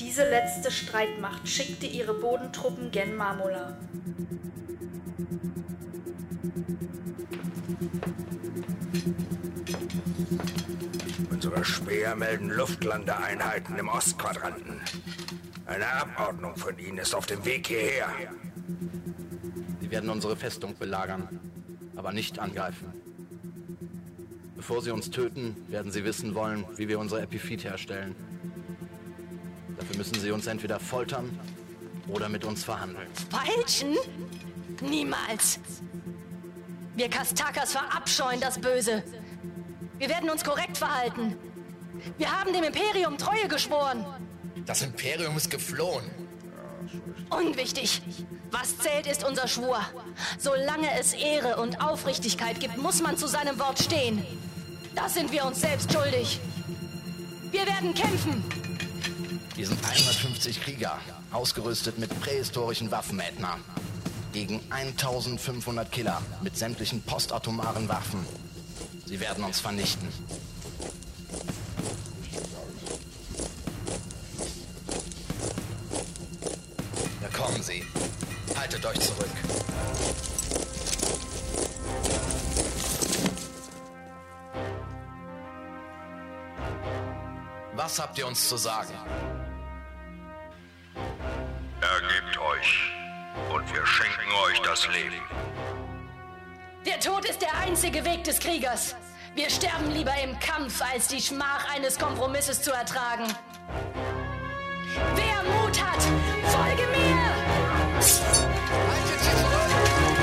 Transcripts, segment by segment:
Diese letzte Streitmacht schickte ihre Bodentruppen gen Marmola. Unsere Späher melden Luftlandeeinheiten im Ostquadranten. Eine Abordnung von ihnen ist auf dem Weg hierher. Sie werden unsere Festung belagern, aber nicht angreifen. Bevor sie uns töten, werden sie wissen wollen, wie wir unsere Epiphyt herstellen. Dafür müssen sie uns entweder foltern oder mit uns verhandeln. Feilschen? Niemals! Wir Kastakas verabscheuen das Böse. Wir werden uns korrekt verhalten. Wir haben dem Imperium Treue geschworen. Das Imperium ist geflohen. Unwichtig. Was zählt, ist unser Schwur. Solange es Ehre und Aufrichtigkeit gibt, muss man zu seinem Wort stehen. Das sind wir uns selbst schuldig. Wir werden kämpfen. Wir sind 150 Krieger, ausgerüstet mit prähistorischen Waffen, Edna. Gegen 1500 Killer mit sämtlichen postatomaren Waffen. Sie werden uns vernichten. Da kommen sie. Haltet euch zurück. Was habt ihr uns zu sagen? Ergebt euch und wir schenken euch das Leben. Der Tod ist der einzige Weg des Kriegers. Wir sterben lieber im Kampf, als die Schmach eines Kompromisses zu ertragen. Wer Mut hat, folge mir! Haltet sie zurück!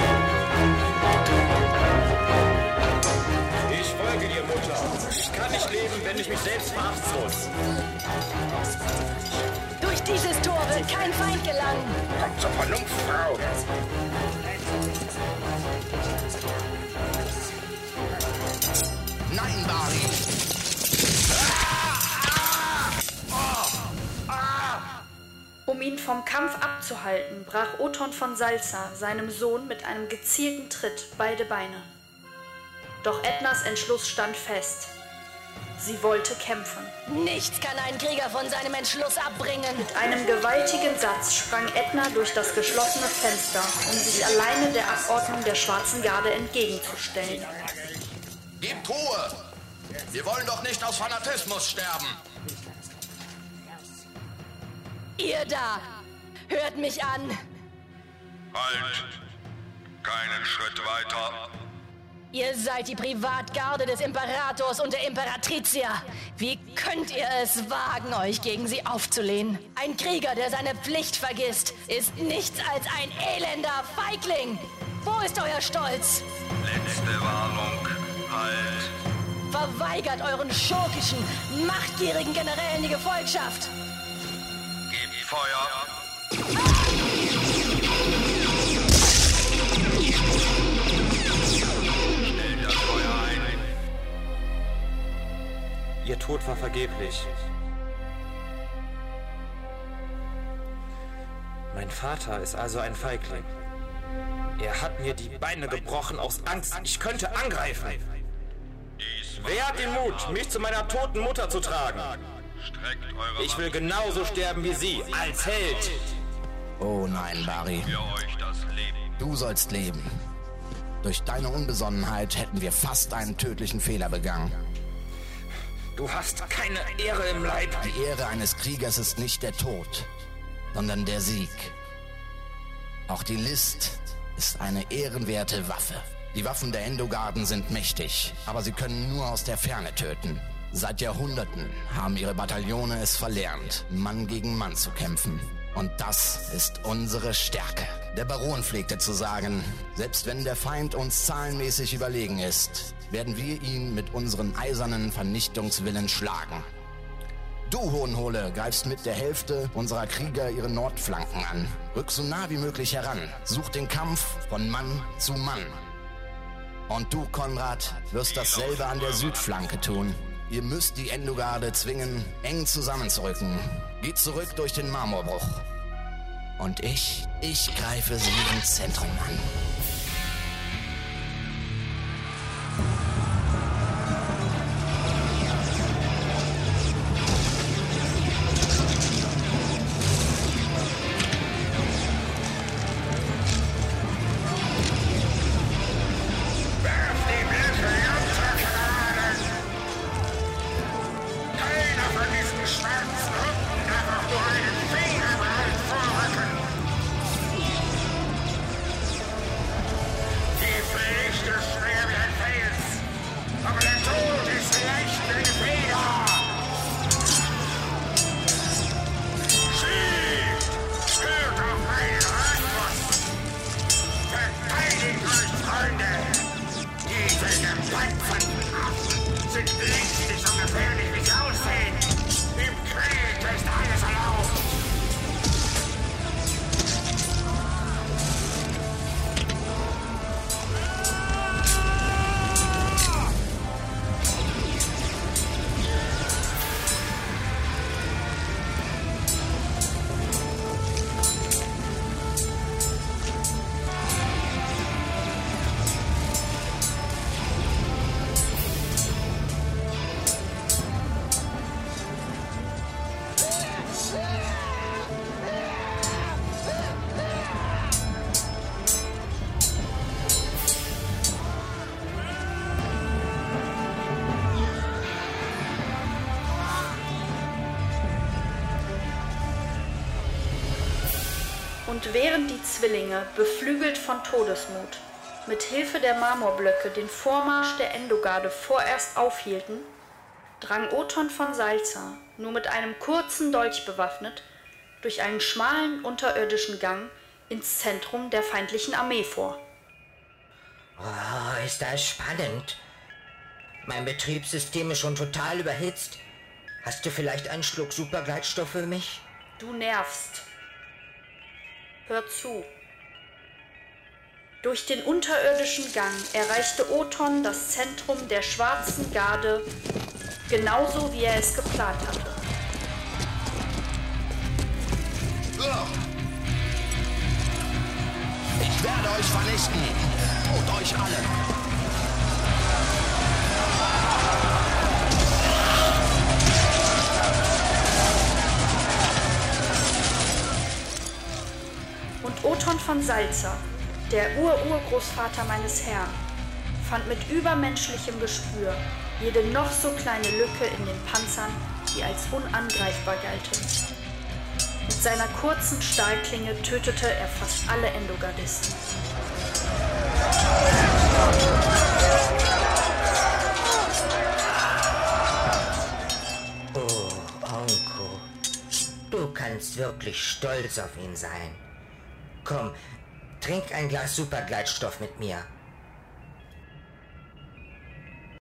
Ich folge dir, Mutter. Ich kann nicht leben, wenn ich mich selbst verachten muss. Durch dieses Tor wird kein Feind gelangen. Kommt zur Vernunft, Frau. Nein, Bari! Um ihn vom Kampf abzuhalten, brach Othon von Salza seinem Sohn mit einem gezielten Tritt beide Beine. Doch Ednas Entschluss stand fest. Sie wollte kämpfen. Nichts kann einen Krieger von seinem Entschluss abbringen. Mit einem gewaltigen Satz sprang Edna durch das geschlossene Fenster, um sich alleine der Abordnung der Schwarzen Garde entgegenzustellen. Gebt Ruhe! Wir wollen doch nicht aus Fanatismus sterben! Ihr da, hört mich an. Halt! Keinen Schritt weiter. Ihr seid die Privatgarde des Imperators und der Imperatricia. Wie könnt ihr es wagen, euch gegen sie aufzulehnen? Ein Krieger, der seine Pflicht vergisst, ist nichts als ein elender Feigling. Wo ist euer Stolz? Letzte Warnung. Halt! Verweigert euren schurkischen, machtgierigen Generälen die Gefolgschaft. Gebt Feuer. Stellt das Feuer ein. Ihr Tod war vergeblich. Mein Vater ist also ein Feigling. Er hat mir die Beine gebrochen aus Angst, ich könnte angreifen. Wer hat den Mut, mich zu meiner toten Mutter zu tragen? Ich will genauso sterben wie Sie, als Held. Oh nein, Bari. Du sollst leben. Durch deine Unbesonnenheit hätten wir fast einen tödlichen Fehler begangen. Du hast keine Ehre im Leib. Die Ehre eines Kriegers ist nicht der Tod, sondern der Sieg. Auch die List ist eine ehrenwerte Waffe. Die Waffen der Endogarden sind mächtig, aber sie können nur aus der Ferne töten. Seit Jahrhunderten haben ihre Bataillone es verlernt, Mann gegen Mann zu kämpfen. Und das ist unsere Stärke. Der Baron pflegte zu sagen, selbst wenn der Feind uns zahlenmäßig überlegen ist, werden wir ihn mit unseren eisernen Vernichtungswillen schlagen. Du, Hohenhole, greifst mit der Hälfte unserer Krieger ihre Nordflanken an. Rück so nah wie möglich heran. Such den Kampf von Mann zu Mann. Und du, Konrad, wirst dasselbe an der Südflanke tun. Ihr müsst die Endogarde zwingen, eng zusammenzurücken. Geht zurück durch den Marmorbruch. Und ich greife sie im Zentrum an. Und während die Zwillinge, beflügelt von Todesmut, mit Hilfe der Marmorblöcke den Vormarsch der Endogarde vorerst aufhielten, drang Othon von Salza, nur mit einem kurzen Dolch bewaffnet, durch einen schmalen unterirdischen Gang ins Zentrum der feindlichen Armee vor. Oh, ist das spannend. Mein Betriebssystem ist schon total überhitzt. Hast du vielleicht einen Schluck Supergleitstoff für mich? Du nervst. Hör zu. Durch den unterirdischen Gang erreichte Othon das Zentrum der Schwarzen Garde, genauso wie er es geplant hatte. Ich werde euch vernichten und euch alle. Und Othon von Salza, der Urgroßvater meines Herrn, fand mit übermenschlichem Gespür jede noch so kleine Lücke in den Panzern, die als unangreifbar galten. Mit seiner kurzen Stahlklinge tötete er fast alle Endogardisten. Oh, Onko, du kannst wirklich stolz auf ihn sein. Komm, trink ein Glas Supergleitstoff mit mir.